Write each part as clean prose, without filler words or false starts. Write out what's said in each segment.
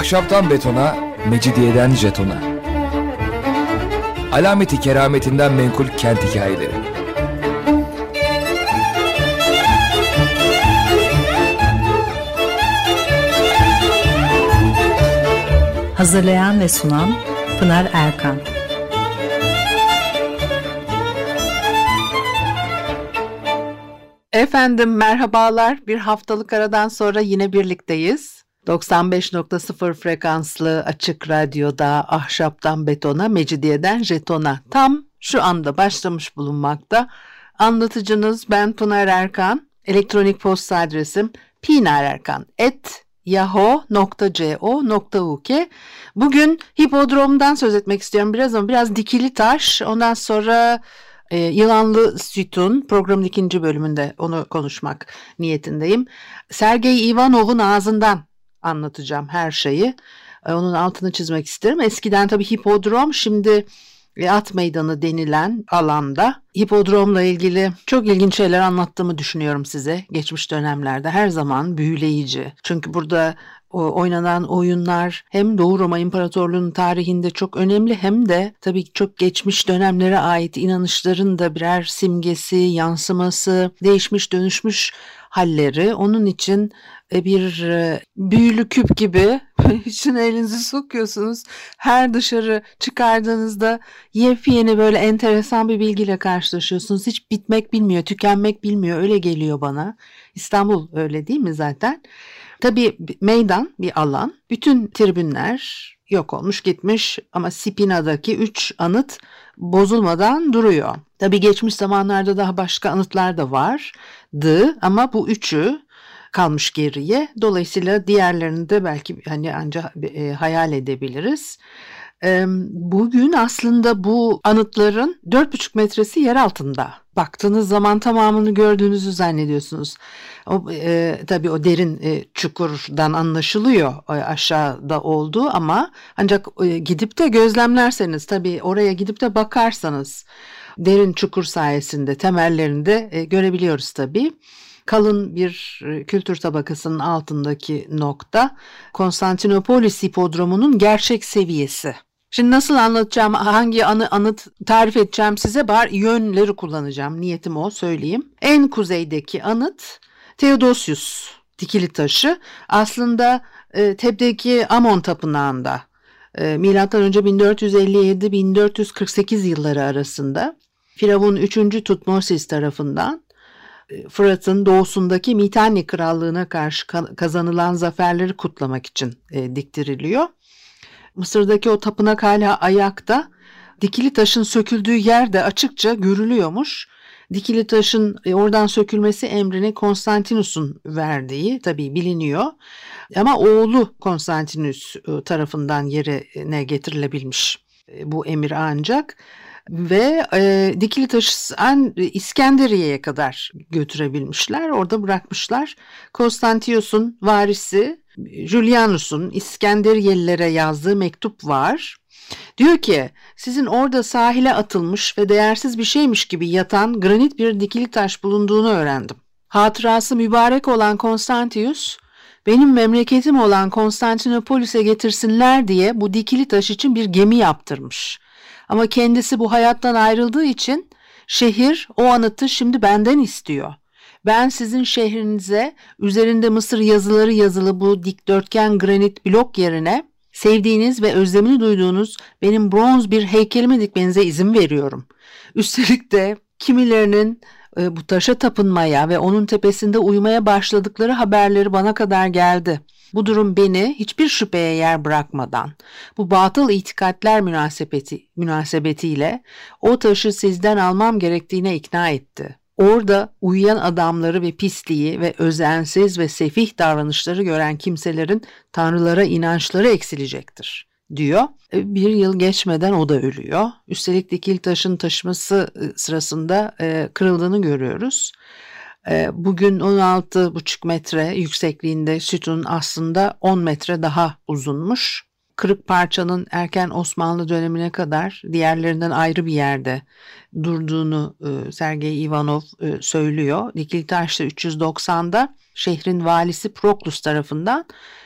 Ahşaptan betona, mecidiyeden jetona. Alameti kerametinden menkul kent hikayeleri. Hazırlayan ve sunan Pınar Erkan. Efendim merhabalar. Bir haftalık aradan sonra yine birlikteyiz. 95.0 frekanslı açık radyoda ahşaptan betona, mecidiyeden jetona tam şu anda başlamış bulunmakta. Anlatıcınız ben Pınar Erkan. Elektronik posta adresim pinarerkan@yahoo.co.uk. Bugün hipodromdan söz etmek istiyorum biraz ama biraz dikili taş. Ondan sonra Yılanlı Sütun programın 2. bölümünde onu konuşmak niyetindeyim. Sergey Ivanov'un ağzından anlatacağım her şeyi. Onun altını çizmek isterim. Eskiden tabii hipodrom, şimdi at meydanı denilen alanda hipodromla ilgili çok ilginç şeyler anlattığımı düşünüyorum size. Geçmiş dönemlerde her zaman büyüleyici. Çünkü burada oynanan oyunlar hem Doğu Roma İmparatorluğu'nun tarihinde çok önemli hem de tabii çok geçmiş dönemlere ait inanışların da birer simgesi, yansıması, değişmiş dönüşmüş halleri. Onun için bir büyülü küp gibi içine elinizi sokuyorsunuz. Her dışarı çıkardığınızda yepyeni böyle enteresan bir bilgiyle karşılaşıyorsunuz. Hiç bitmek bilmiyor, tükenmek bilmiyor. Öyle geliyor bana. İstanbul öyle değil mi zaten? Tabii meydan bir alan. Bütün tribünler yok olmuş gitmiş ama Spina'daki 3 anıt bozulmadan duruyor. Tabii geçmiş zamanlarda daha başka anıtlar da vardı ama bu üçü kalmış geriye. Dolayısıyla diğerlerini de belki hani ancak hayal edebiliriz. Bugün aslında bu anıtların 4,5 metresi yer altında. Baktığınız zaman tamamını gördüğünüzü zannediyorsunuz. Tabii o derin çukurdan anlaşılıyor aşağıda olduğu ama ancak gidip de gözlemlerseniz, tabii oraya gidip de bakarsanız derin çukur sayesinde temellerini de görebiliyoruz tabii. Kalın bir kültür tabakasının altındaki nokta Konstantinopolis hipodromunun gerçek seviyesi. Şimdi nasıl anlatacağım, hangi anıt tarif edeceğim size, yönleri kullanacağım. Niyetim o, söyleyeyim. En kuzeydeki anıt Theodosius dikili taşı. Aslında Teb'deki Amon Tapınağı'nda milattan önce 1457-1448 yılları arasında Firavun 3. Tutmosis tarafından Fırat'ın doğusundaki Mitanni Krallığı'na karşı kazanılan zaferleri kutlamak için diktiriliyor. Mısır'daki o tapınak hala ayakta. Dikili taşın söküldüğü yer de açıkça görülüyormuş. Dikili taşın oradan sökülmesi emrini Konstantinus'un verdiği tabii biliniyor. Ama oğlu Konstantinus tarafından yerine getirilebilmiş bu emir ancak. Ve dikili taşı İskenderiye'ye kadar götürebilmişler. Orada bırakmışlar. Konstantius'un varisi Julianus'un İskenderiyelilere yazdığı mektup var. Diyor ki, sizin orada sahile atılmış ve değersiz bir şeymiş gibi yatan granit bir dikili taş bulunduğunu öğrendim. Hatırası mübarek olan Konstantius, benim memleketim olan Konstantinopolis'e getirsinler diye bu dikili taş için bir gemi yaptırmış. Ama kendisi bu hayattan ayrıldığı için şehir o anıtı şimdi benden istiyor. Ben sizin şehrinize üzerinde Mısır yazıları yazılı bu dikdörtgen granit blok yerine sevdiğiniz ve özlemini duyduğunuz benim bronz bir heykelimi dikmenize izin veriyorum. Üstelik de kimilerinin bu taşa tapınmaya ve onun tepesinde uyumaya başladıkları haberleri bana kadar geldi. Bu durum beni hiçbir şüpheye yer bırakmadan bu batıl itikatler münasebetiyle o taşı sizden almam gerektiğine ikna etti. Orada uyuyan adamları ve pisliği ve özensiz ve sefih davranışları gören kimselerin tanrılara inançları eksilecektir, diyor. Bir yıl geçmeden o da ölüyor. Üstelik dikili taşın taşıması sırasında kırıldığını görüyoruz. Bugün 16,5 metre yüksekliğinde sütun aslında 10 metre daha uzunmuş. Kırık parçanın erken Osmanlı dönemine kadar diğerlerinden ayrı bir yerde durduğunu Sergey Ivanov söylüyor. Dikili taşta 390'da şehrin valisi Proklus tarafından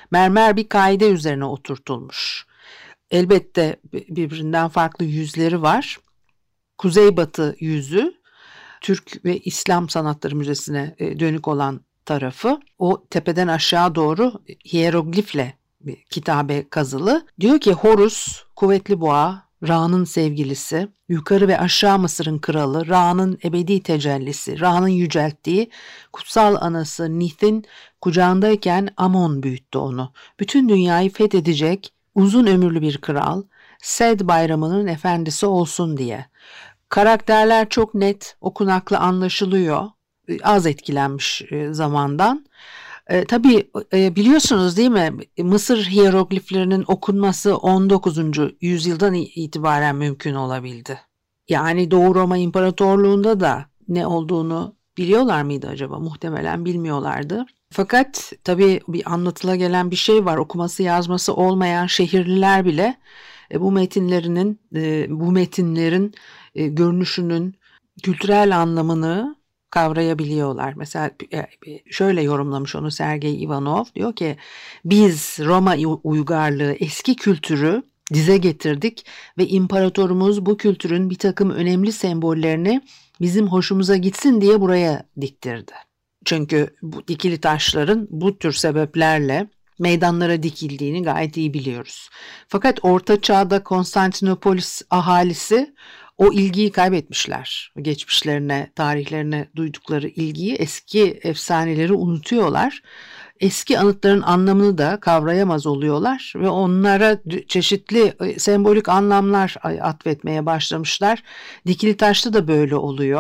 mermer bir kaide üzerine oturtulmuş. Elbette birbirinden farklı yüzleri var. Kuzeybatı yüzü Türk ve İslam Sanatları Müzesi'ne dönük olan tarafı, o tepeden aşağı doğru hieroglifle kitabe kazılı. Diyor ki Horus kuvvetli boğa, Ra'nın sevgilisi, yukarı ve aşağı Mısır'ın kralı, Ra'nın ebedi tecellisi, Ra'nın yücelttiği kutsal anası Nith'in kucağındayken Amon büyüttü onu. Bütün dünyayı fethedecek uzun ömürlü bir kral, Sed bayramının efendisi olsun diye. Karakterler çok net, okunaklı anlaşılıyor. Az etkilenmiş zamandan. Tabii biliyorsunuz değil mi? Mısır hierogliflerinin okunması 19. yüzyıldan itibaren mümkün olabildi. Yani Doğu Roma İmparatorluğu'nda da ne olduğunu biliyorlar mıydı acaba? Muhtemelen bilmiyorlardı. Fakat tabii bir anlatıla gelen bir şey var. Okuması yazması olmayan şehirliler bile bu metinlerin görünüşünün kültürel anlamını kavrayabiliyorlar. Mesela şöyle yorumlamış onu Sergey Ivanov, diyor ki biz Roma uygarlığı eski kültürü dize getirdik ve imparatorumuz bu kültürün bir takım önemli sembollerini bizim hoşumuza gitsin diye buraya diktirdi. Çünkü bu dikili taşların bu tür sebeplerle meydanlara dikildiğini gayet iyi biliyoruz. Fakat Orta Çağ'da Konstantinopolis ahalisi o ilgiyi kaybetmişler. Geçmişlerine, tarihlerine duydukları ilgiyi, eski efsaneleri unutuyorlar. Eski anıtların anlamını da kavrayamaz oluyorlar ve onlara çeşitli sembolik anlamlar atfetmeye başlamışlar. Dikili taşta da böyle oluyor.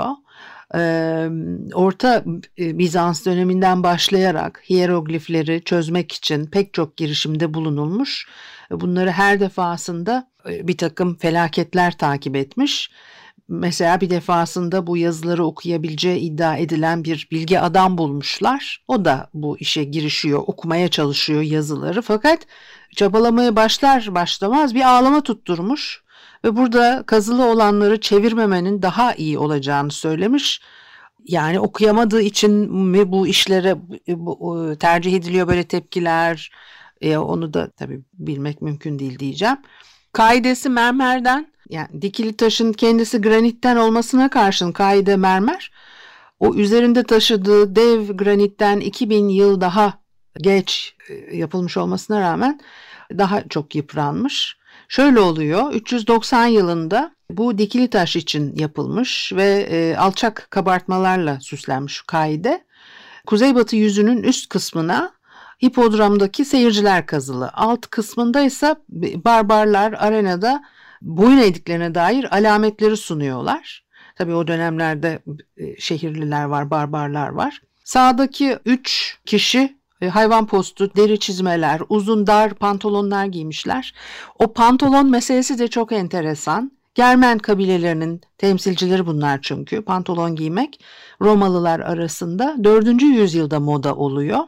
Orta Bizans döneminden başlayarak hieroglifleri çözmek için pek çok girişimde bulunulmuş. Bunları her defasında bir takım felaketler takip etmiş. Mesela bir defasında bu yazıları okuyabileceği iddia edilen bir bilge adam bulmuşlar. O da bu işe girişiyor, okumaya çalışıyor yazıları. Fakat çabalamaya başlar başlamaz bir ağlama tutturmuş. Ve burada kazılı olanları çevirmemenin daha iyi olacağını söylemiş. Yani okuyamadığı için mi bu işlere tercih ediliyor böyle tepkiler? Onu da tabii bilmek mümkün değil diyeceğim. Kaidesi mermerden, yani dikili taşın kendisi granitten olmasına karşın kaide mermer. O üzerinde taşıdığı dev granitten 2000 yıl daha geç yapılmış olmasına rağmen daha çok yıpranmış. Şöyle oluyor, 390 yılında bu dikili taş için yapılmış ve alçak kabartmalarla süslenmiş kaide. Kuzeybatı yüzünün üst kısmına hipodromdaki seyirciler kazılı. Alt kısmında ise barbarlar arenada boyun eğdiklerine dair alametleri sunuyorlar. Tabii o dönemlerde şehirliler var, barbarlar var. Sağdaki 3 kişi hayvan postu, deri çizmeler, uzun dar pantolonlar giymişler. O pantolon meselesi de çok enteresan. Germen kabilelerinin temsilcileri bunlar çünkü. Pantolon giymek Romalılar arasında 4. yüzyılda moda oluyor.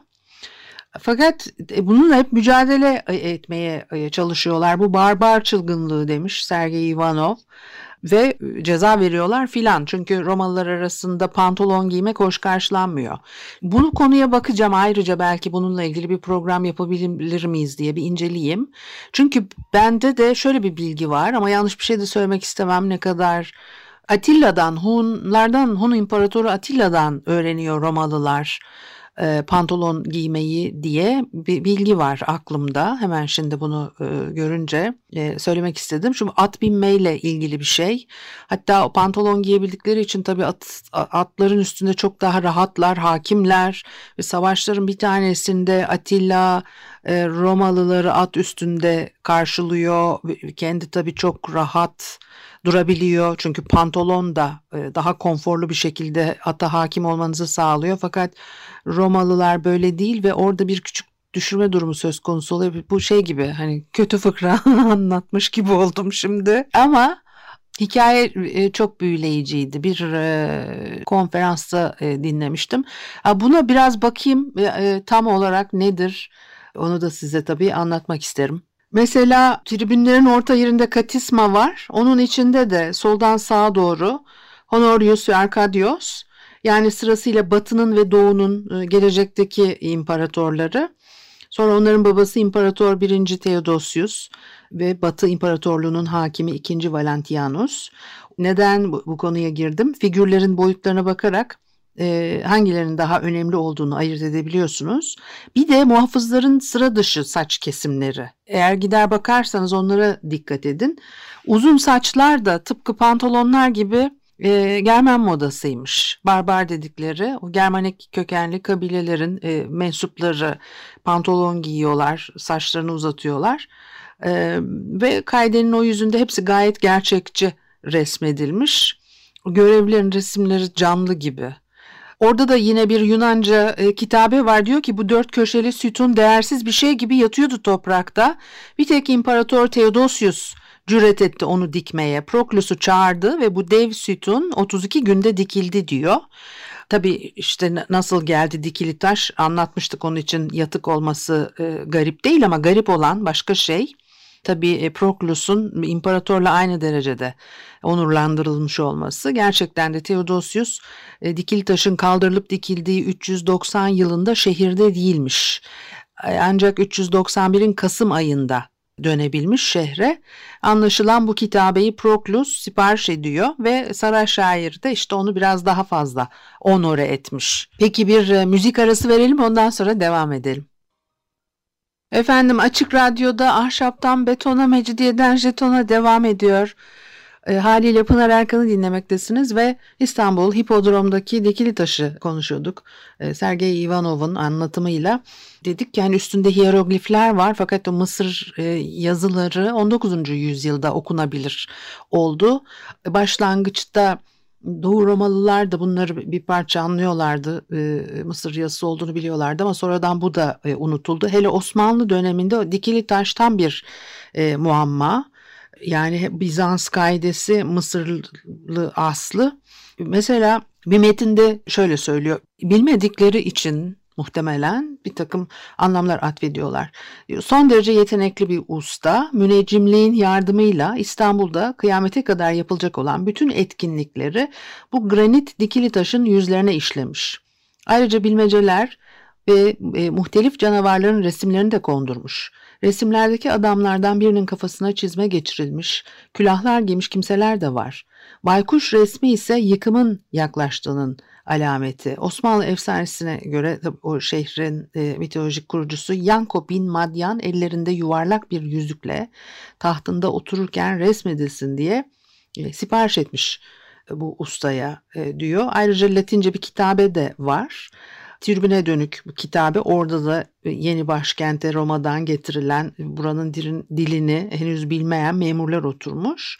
Fakat bununla hep mücadele etmeye çalışıyorlar. Bu barbar çılgınlığı demiş Sergey Ivanov. Ve ceza veriyorlar filan. Çünkü Romalılar arasında pantolon giymek hoş karşılanmıyor. Bu konuya bakacağım ayrıca, belki bununla ilgili bir program yapabilir miyiz diye bir inceleyeyim. Çünkü bende de şöyle bir bilgi var ama yanlış bir şey de söylemek istemem, ne kadar Atilla'dan, Hun İmparatoru Atilla'dan öğreniyor Romalılar pantolon giymeyi diye bir bilgi var aklımda. Hemen şimdi bunu görünce söylemek istedim. Şu at binmeyle ilgili bir şey. Hatta o pantolon giyebildikleri için tabii atların üstünde çok daha rahatlar, hakimler ve savaşların bir tanesinde Atilla Romalıları at üstünde karşılıyor. Kendi tabii çok rahat durabiliyor. Çünkü pantolon da daha konforlu bir şekilde ata hakim olmanızı sağlıyor. Fakat Romalılar böyle değil ve orada bir küçük düşürme durumu söz konusu oluyor. Bu şey gibi, hani kötü fıkra anlatmış gibi oldum şimdi. Ama hikaye çok büyüleyiciydi. Bir konferansta dinlemiştim. Buna biraz bakayım tam olarak nedir? Onu da size tabii anlatmak isterim. Mesela tribünlerin orta yerinde katisma var. Onun içinde de soldan sağa doğru Honorius ve Arkadios, yani sırasıyla Batı'nın ve Doğu'nun gelecekteki imparatorları. Sonra onların babası İmparator 1. Theodosius ve Batı İmparatorluğu'nun hakimi 2. Valentianus. Neden bu konuya girdim? Figürlerin boyutlarına bakarak hangilerinin daha önemli olduğunu ayırt edebiliyorsunuz. Bir de muhafızların sıra dışı saç kesimleri. Eğer gider bakarsanız onlara dikkat edin. Uzun saçlar da tıpkı pantolonlar gibi Germen modasıymış. Barbar dedikleri o Germanik kökenli kabilelerin mensupları pantolon giyiyorlar, saçlarını uzatıyorlar. Ve kaidenin o yüzünde hepsi gayet gerçekçi resmedilmiş. Görevlilerin resimleri canlı gibi. Orada da yine bir Yunanca kitabe var, diyor ki bu 4 köşeli sütun değersiz bir şey gibi yatıyordu toprakta. Bir tek İmparator Theodosius cüret etti onu dikmeye. Proklus'u çağırdı ve bu dev sütun 32 günde dikildi diyor. Tabii işte nasıl geldi dikili taş anlatmıştık, onun için yatık olması garip değil ama garip olan başka şey. Tabii Proklus'un imparatorla aynı derecede onurlandırılmış olması. Gerçekten de Theodosius dikili taşın kaldırılıp dikildiği 390 yılında şehirde değilmiş. Ancak 391'in Kasım ayında dönebilmiş şehre. Anlaşılan bu kitabeyi Proklus sipariş ediyor ve saray şairi de işte onu biraz daha fazla onore etmiş. Peki bir müzik arası verelim, ondan sonra devam edelim. Efendim, Açık Radyo'da Ahşaptan Betona, Mecidiyeden Jeton'a devam ediyor. Haliyle Pınar Erkan'ı dinlemektesiniz ve İstanbul Hipodrom'daki dikili taşı konuşuyorduk. Sergey Ivanov'un anlatımıyla dedik ki yani üstünde hieroglifler var fakat o Mısır yazıları 19. yüzyılda okunabilir oldu. Başlangıçta Doğu Romalılar da bunları bir parça anlıyorlardı. Mısır yazısı olduğunu biliyorlardı ama sonradan bu da unutuldu. Hele Osmanlı döneminde o dikili taş tam bir muamma. Yani Bizans kaidesi, Mısırlı aslı. Mesela bir metinde şöyle söylüyor. Bilmedikleri için muhtemelen bir takım anlamlar atfediyorlar. Son derece yetenekli bir usta, müneccimliğin yardımıyla İstanbul'da kıyamete kadar yapılacak olan bütün etkinlikleri bu granit dikili taşın yüzlerine işlemiş. Ayrıca bilmeceler ve muhtelif canavarların resimlerini de kondurmuş. Resimlerdeki adamlardan birinin kafasına çizme geçirilmiş, külahlar giymiş kimseler de var. Baykuş resmi ise yıkımın yaklaştığının alameti. Osmanlı efsanesine göre o şehrin mitolojik kurucusu Yanko bin Madyan ellerinde yuvarlak bir yüzükle tahtında otururken resmedilsin diye sipariş etmiş bu ustaya diyor. Ayrıca Latince bir kitabe de var. Tribüne dönük bu kitabe, orada da yeni başkente Roma'dan getirilen buranın dilini henüz bilmeyen memurlar oturmuş.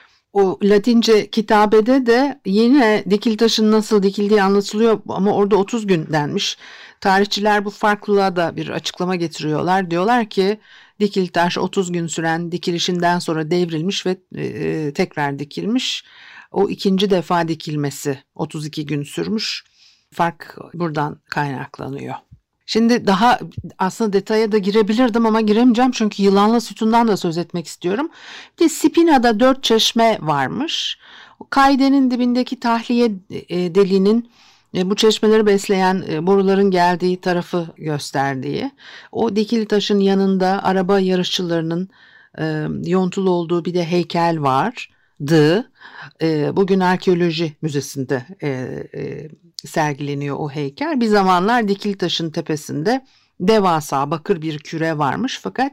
O Latince kitabede de yine dikili taşın nasıl dikildiği anlatılıyor ama orada 30 gün denmiş. Tarihçiler bu farklılığa da bir açıklama getiriyorlar. Diyorlar ki dikili taş 30 gün süren dikilişinden sonra devrilmiş ve tekrar dikilmiş. O ikinci defa dikilmesi 32 gün sürmüş. Fark buradan kaynaklanıyor. Şimdi daha aslında detaya da girebilirdim ama giremeyeceğim çünkü yılanlı sütundan da söz etmek istiyorum. Bir de Spina'da 4 çeşme varmış. O kaidenin dibindeki tahliye deliğinin bu çeşmeleri besleyen boruların geldiği tarafı gösterdiği. O dikili taşın yanında araba yarışçılarının yontulu olduğu bir de heykel vardı. Bugün Arkeoloji Müzesi'nde sergileniyor o heykel. Bir zamanlar dikili taşın tepesinde devasa bakır bir küre varmış fakat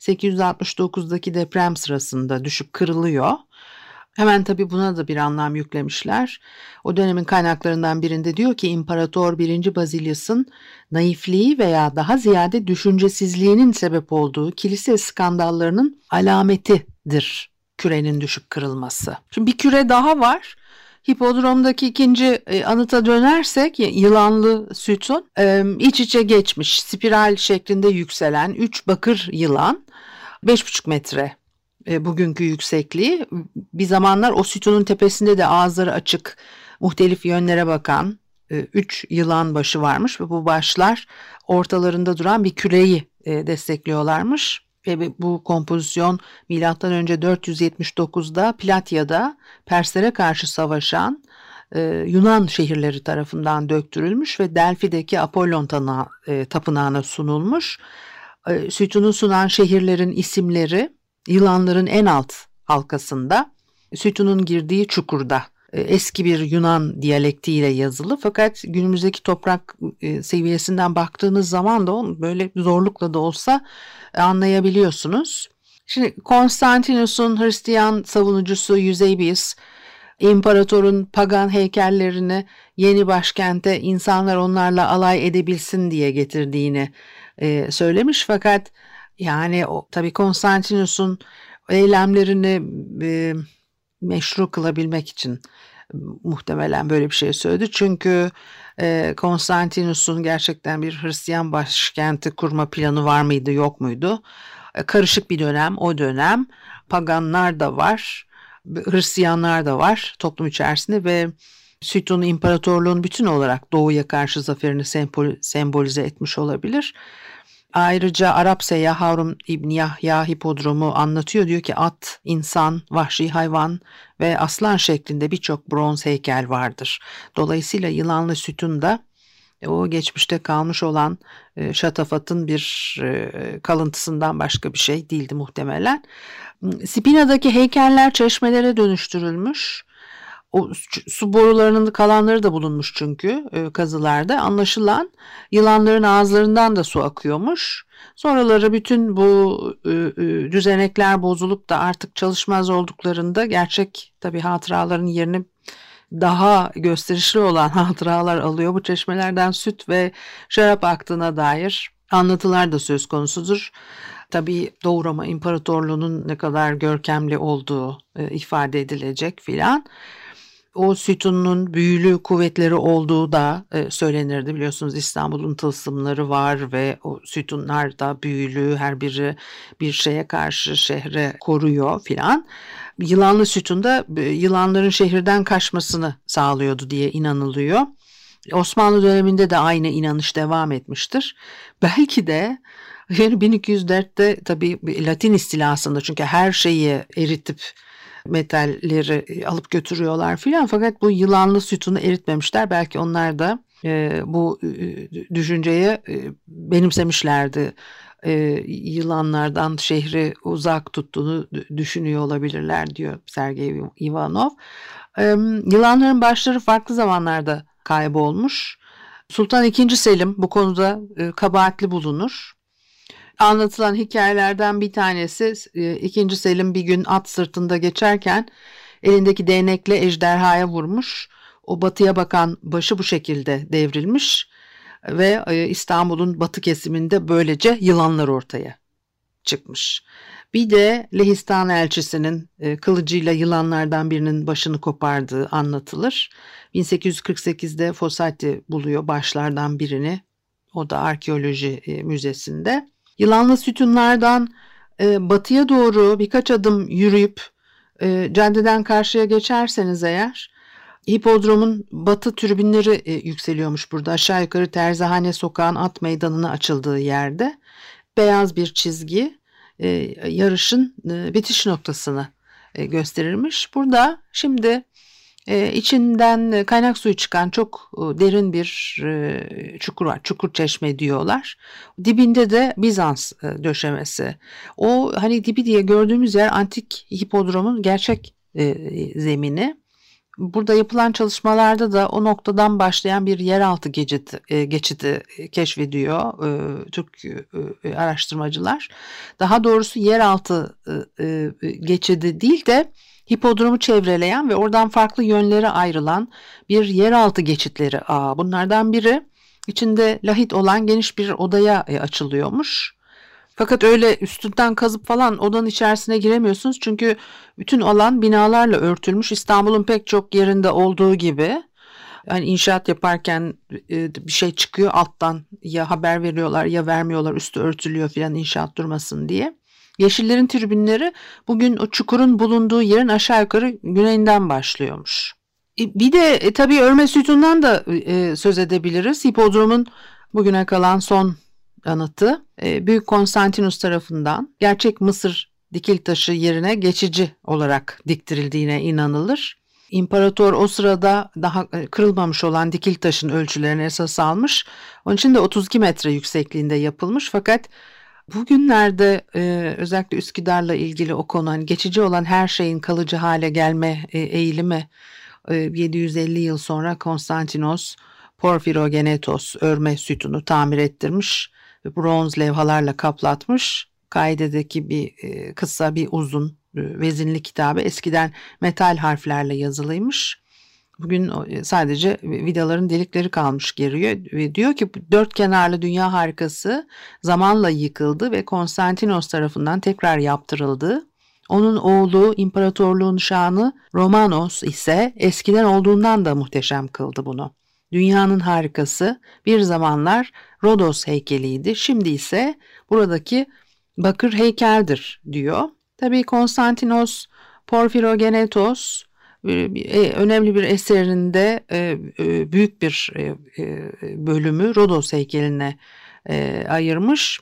869'daki deprem sırasında düşüp kırılıyor. Hemen tabii buna da bir anlam yüklemişler. O dönemin kaynaklarından birinde diyor ki İmparator 1. Bazilius'un naifliği veya daha ziyade düşüncesizliğinin sebep olduğu kilise skandallarının alametidir kürenin düşüp kırılması. Şimdi bir küre daha var. Hipodrom'daki ikinci anıta dönersek yılanlı sütun iç içe geçmiş spiral şeklinde yükselen 3 bakır yılan 5,5 metre bugünkü yüksekliği. Bir zamanlar o sütunun tepesinde de ağızları açık muhtelif yönlere bakan 3 yılan başı varmış ve bu başlar ortalarında duran bir küreyi destekliyorlarmış. Ve bu kompozisyon M.Ö. 479'da Platya'da Perslere karşı savaşan Yunan şehirleri tarafından döktürülmüş ve Delfi'deki Apollon tapınağına sunulmuş. Sütunu sunan şehirlerin isimleri yılanların en alt halkasında, sütunun girdiği çukurda. Eski bir Yunan diyalektiyle yazılı, fakat günümüzdeki toprak seviyesinden baktığınız zaman da onu böyle zorlukla da olsa anlayabiliyorsunuz. Şimdi Konstantinus'un Hristiyan savunucusu Eusebius, imparatorun pagan heykellerini yeni başkente insanlar onlarla alay edebilsin diye getirdiğini söylemiş, fakat yani tabii Konstantinus'un eylemlerini meşru kılabilmek için muhtemelen böyle bir şey söyledi. Çünkü Konstantinus'un gerçekten bir Hristiyan başkenti kurma planı var mıydı, yok muydu? Karışık bir dönem, o dönem paganlar da var, Hristiyanlar da var toplum içerisinde ve Sütun imparatorluğun bütün olarak doğuya karşı zaferini sembolize etmiş olabilir. Ayrıca Arap seyyah Harun İbni Yahya hipodromu anlatıyor. Diyor ki at, insan, vahşi hayvan ve aslan şeklinde birçok bronz heykel vardır. Dolayısıyla yılanlı sütun da o geçmişte kalmış olan şatafatın bir kalıntısından başka bir şey değildi muhtemelen. Spina'daki heykeller çeşmelere dönüştürülmüş. O su borularının kalanları da bulunmuş çünkü kazılarda. Anlaşılan yılanların ağızlarından da su akıyormuş. Sonraları bütün bu düzenekler bozulup da artık çalışmaz olduklarında gerçek tabii hatıraların yerini daha gösterişli olan hatıralar alıyor. Bu çeşmelerden süt ve şarap aktığına dair anlatılar da söz konusudur. Tabii Doğu Roma İmparatorluğu'nun ne kadar görkemli olduğu ifade edilecek filan. O sütunun büyülü kuvvetleri olduğu da söylenirdi. Biliyorsunuz İstanbul'un tılsımları var ve o sütunlar da büyülü, her biri bir şeye karşı şehre koruyor filan. Yılanlı sütun da yılanların şehirden kaçmasını sağlıyordu diye inanılıyor. Osmanlı döneminde de aynı inanış devam etmiştir. Belki de yani 1204'te tabii Latin istilasında, çünkü her şeyi eritip metalleri alıp götürüyorlar filan, fakat bu yılanlı sütunu eritmemişler. Belki onlar da bu düşünceyi benimsemişlerdi. Yılanlardan şehri uzak tuttuğunu düşünüyor olabilirler diyor Sergey Ivanov. Yılanların başları farklı zamanlarda kaybolmuş. Sultan II. Selim bu konuda kabahatli bulunur. Anlatılan hikayelerden bir tanesi, II. Selim bir gün at sırtında geçerken elindeki değnekle ejderhaya vurmuş. O batıya bakan başı bu şekilde devrilmiş ve İstanbul'un batı kesiminde böylece yılanlar ortaya çıkmış. Bir de Lehistan elçisinin kılıcıyla yılanlardan birinin başını kopardığı anlatılır. 1848'de Fossati buluyor başlardan birini. O da arkeoloji müzesinde. Yılanlı sütunlardan batıya doğru birkaç adım yürüyüp caddeden karşıya geçerseniz eğer, hipodromun batı tribünleri yükseliyormuş burada. Aşağı yukarı Terzihane Sokağı'nın at meydanına açıldığı yerde beyaz bir çizgi yarışın bitiş noktasını gösterirmiş. Burada şimdi içinden kaynak suyu çıkan çok derin bir çukur var. Çukur çeşme diyorlar. Dibinde de Bizans döşemesi. O hani dibi diye gördüğümüz yer antik hipodromun gerçek zemini. Burada yapılan çalışmalarda da o noktadan başlayan bir yeraltı geçidi keşfediyor Türk araştırmacılar. Daha doğrusu yeraltı geçidi değil de hipodromu çevreleyen ve oradan farklı yönlere ayrılan bir yeraltı geçitleri ağı. Bunlardan biri içinde lahit olan geniş bir odaya açılıyormuş. Fakat öyle üstünden kazıp falan odanın içerisine giremiyorsunuz. Çünkü bütün alan binalarla örtülmüş. İstanbul'un pek çok yerinde olduğu gibi. Yani inşaat yaparken bir şey çıkıyor alttan, ya haber veriyorlar ya vermiyorlar, üstü örtülüyor filan inşaat durmasın diye. Yeşillerin tribünleri bugün o çukurun bulunduğu yerin aşağı yukarı güneyinden başlıyormuş. Bir de tabii örme sütundan da söz edebiliriz. Hipodromun bugüne kalan son anıtı Büyük Konstantinus tarafından gerçek Mısır dikil taşı yerine geçici olarak diktirildiğine inanılır. İmparator o sırada daha kırılmamış olan dikil taşın ölçülerini esas almış. Onun için de 32 metre yüksekliğinde yapılmış, fakat Bugünlerde özellikle Üsküdar'la ilgili o konu, hani geçici olan her şeyin kalıcı hale gelme eğilimi, 750 yıl sonra Konstantinos Porfirogenetos örme sütunu tamir ettirmiş ve bronz levhalarla kaplatmış. Kaide'deki bir kısa bir uzun vezinli kitabı eskiden metal harflerle yazılıymış. Bugün sadece vidaların delikleri kalmış geriye ve diyor ki dört kenarlı dünya harikası zamanla yıkıldı ve Konstantinos tarafından tekrar yaptırıldı. Onun oğlu imparatorluğun şanı Romanos ise eskiden olduğundan da muhteşem kıldı bunu. Dünyanın harikası bir zamanlar Rodos heykeliydi, şimdi ise buradaki bakır heykeldir diyor. Tabii Konstantinos Porfirogenetos önemli bir eserinde büyük bir bölümü Rodos heykeline ayırmış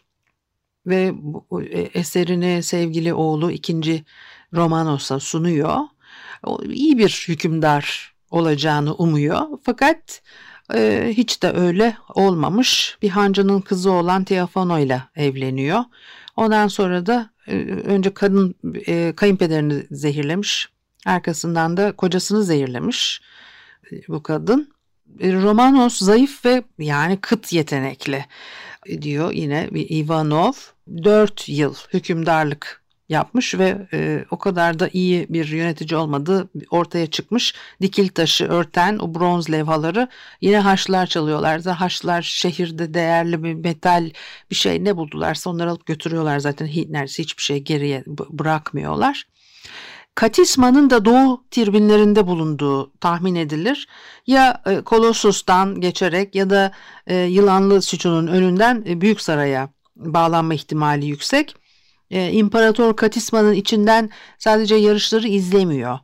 ve bu eserini sevgili oğlu 2. Romanos'a sunuyor. O iyi bir hükümdar olacağını umuyor, fakat hiç de öyle olmamış. Bir hancının kızı olan Teofono ile evleniyor. Ondan sonra da önce kadın kayınpederini zehirlemiş. Arkasından da kocasını zehirlemiş bu kadın. Romanos zayıf ve yani kıt yetenekli diyor yine Ivanov. 4 yıl hükümdarlık yapmış ve o kadar da iyi bir yönetici olmadığı ortaya çıkmış. Dikil taşı örten o bronz levhaları yine Haçlılar çalıyorlardı. Haçlılar şehirde değerli bir metal bir şey ne buldularsa onları alıp götürüyorlar, zaten neredeyse hiçbir şey geriye bırakmıyorlar. Katisma'nın da doğu tribünlerinde bulunduğu tahmin edilir. Ya Kolossus'tan geçerek ya da Yılanlı Sütun'un önünden Büyük Saray'a bağlanma ihtimali yüksek. İmparator Katisma'nın içinden sadece yarışları izlemiyor.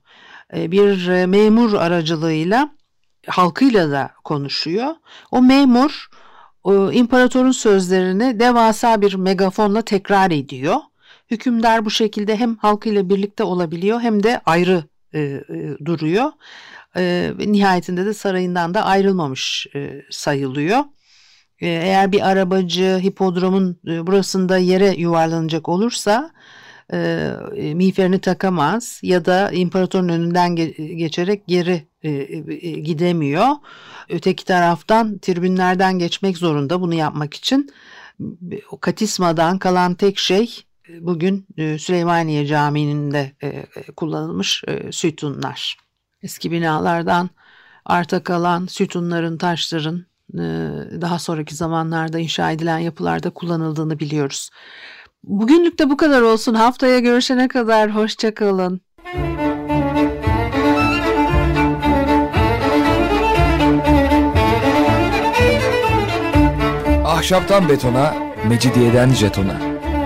Bir memur aracılığıyla halkıyla da konuşuyor. O memur imparatorun sözlerini devasa bir megafonla tekrar ediyor. Hükümdar bu şekilde hem halkıyla birlikte olabiliyor hem de ayrı duruyor. Nihayetinde de sarayından da ayrılmamış sayılıyor. Eğer bir arabacı hipodromun burasında yere yuvarlanacak olursa miğferini takamaz ya da imparatorun önünden geçerek geri gidemiyor. Öteki taraftan tribünlerden geçmek zorunda bunu yapmak için. O Katisma'dan kalan tek şey bugün Süleymaniye Camii'nde kullanılmış sütunlar. Eski binalardan arta kalan sütunların, taşların daha sonraki zamanlarda inşa edilen yapılarda kullanıldığını biliyoruz. Bugünlük de bu kadar olsun. Haftaya görüşene kadar hoşça kalın. Ahşaptan betona, mecidiyeden jetona.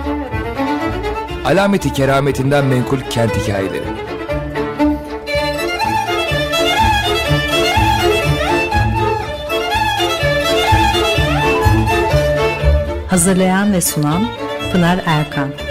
Alameti kerametinden menkul kent hikayeleri. Hazırlayan ve sunan Pınar Erkan.